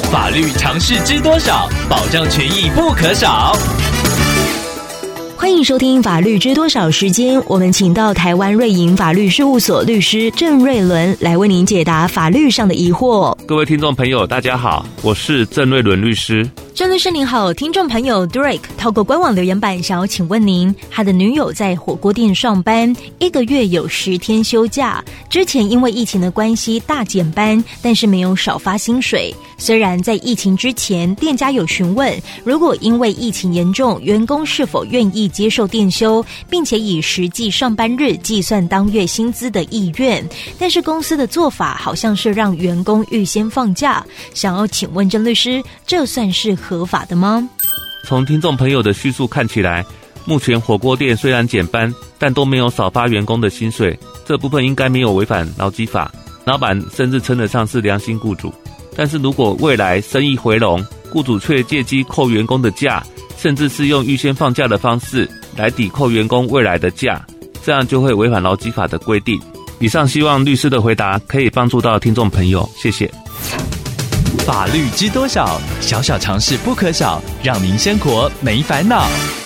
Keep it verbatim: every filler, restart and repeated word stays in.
法律常识知多少，保障权益不可少。 欢迎收听法律知多少时间，我们请到台湾瑞银法律事务所律师郑瑞伦来为您解答法律上的疑惑。 各位听众朋友大家好，我是郑瑞伦律师。 郑律师您好，听众朋友 Drake 透过官网留言板想要请问您，他的女友在火锅店上班，一个月有十天休假，之前因为疫情的关系大减班，但是没有少发薪水。虽然在疫情之前店家有询问，如果因为疫情严重，员工是否愿意接受店休，并且以实际上班日计算当月薪资的意愿，但是公司的做法好像是让员工预先放假，想要请问郑律师，这算是合法的吗？ 从听众朋友的叙述看起来，目前火锅店虽然减班，但都没有少发员工的薪水，这部分应该没有违反劳基法，老板甚至称得上是良心雇主。但是如果未来生意回笼，雇主却借机扣员工的假，甚至是用预先放假的方式来抵扣员工未来的假，这样就会违反劳基法的规定。以上希望律师的回答可以帮助到听众朋友，谢谢。 法律知多少，小小常识不可少，让您生活没烦恼。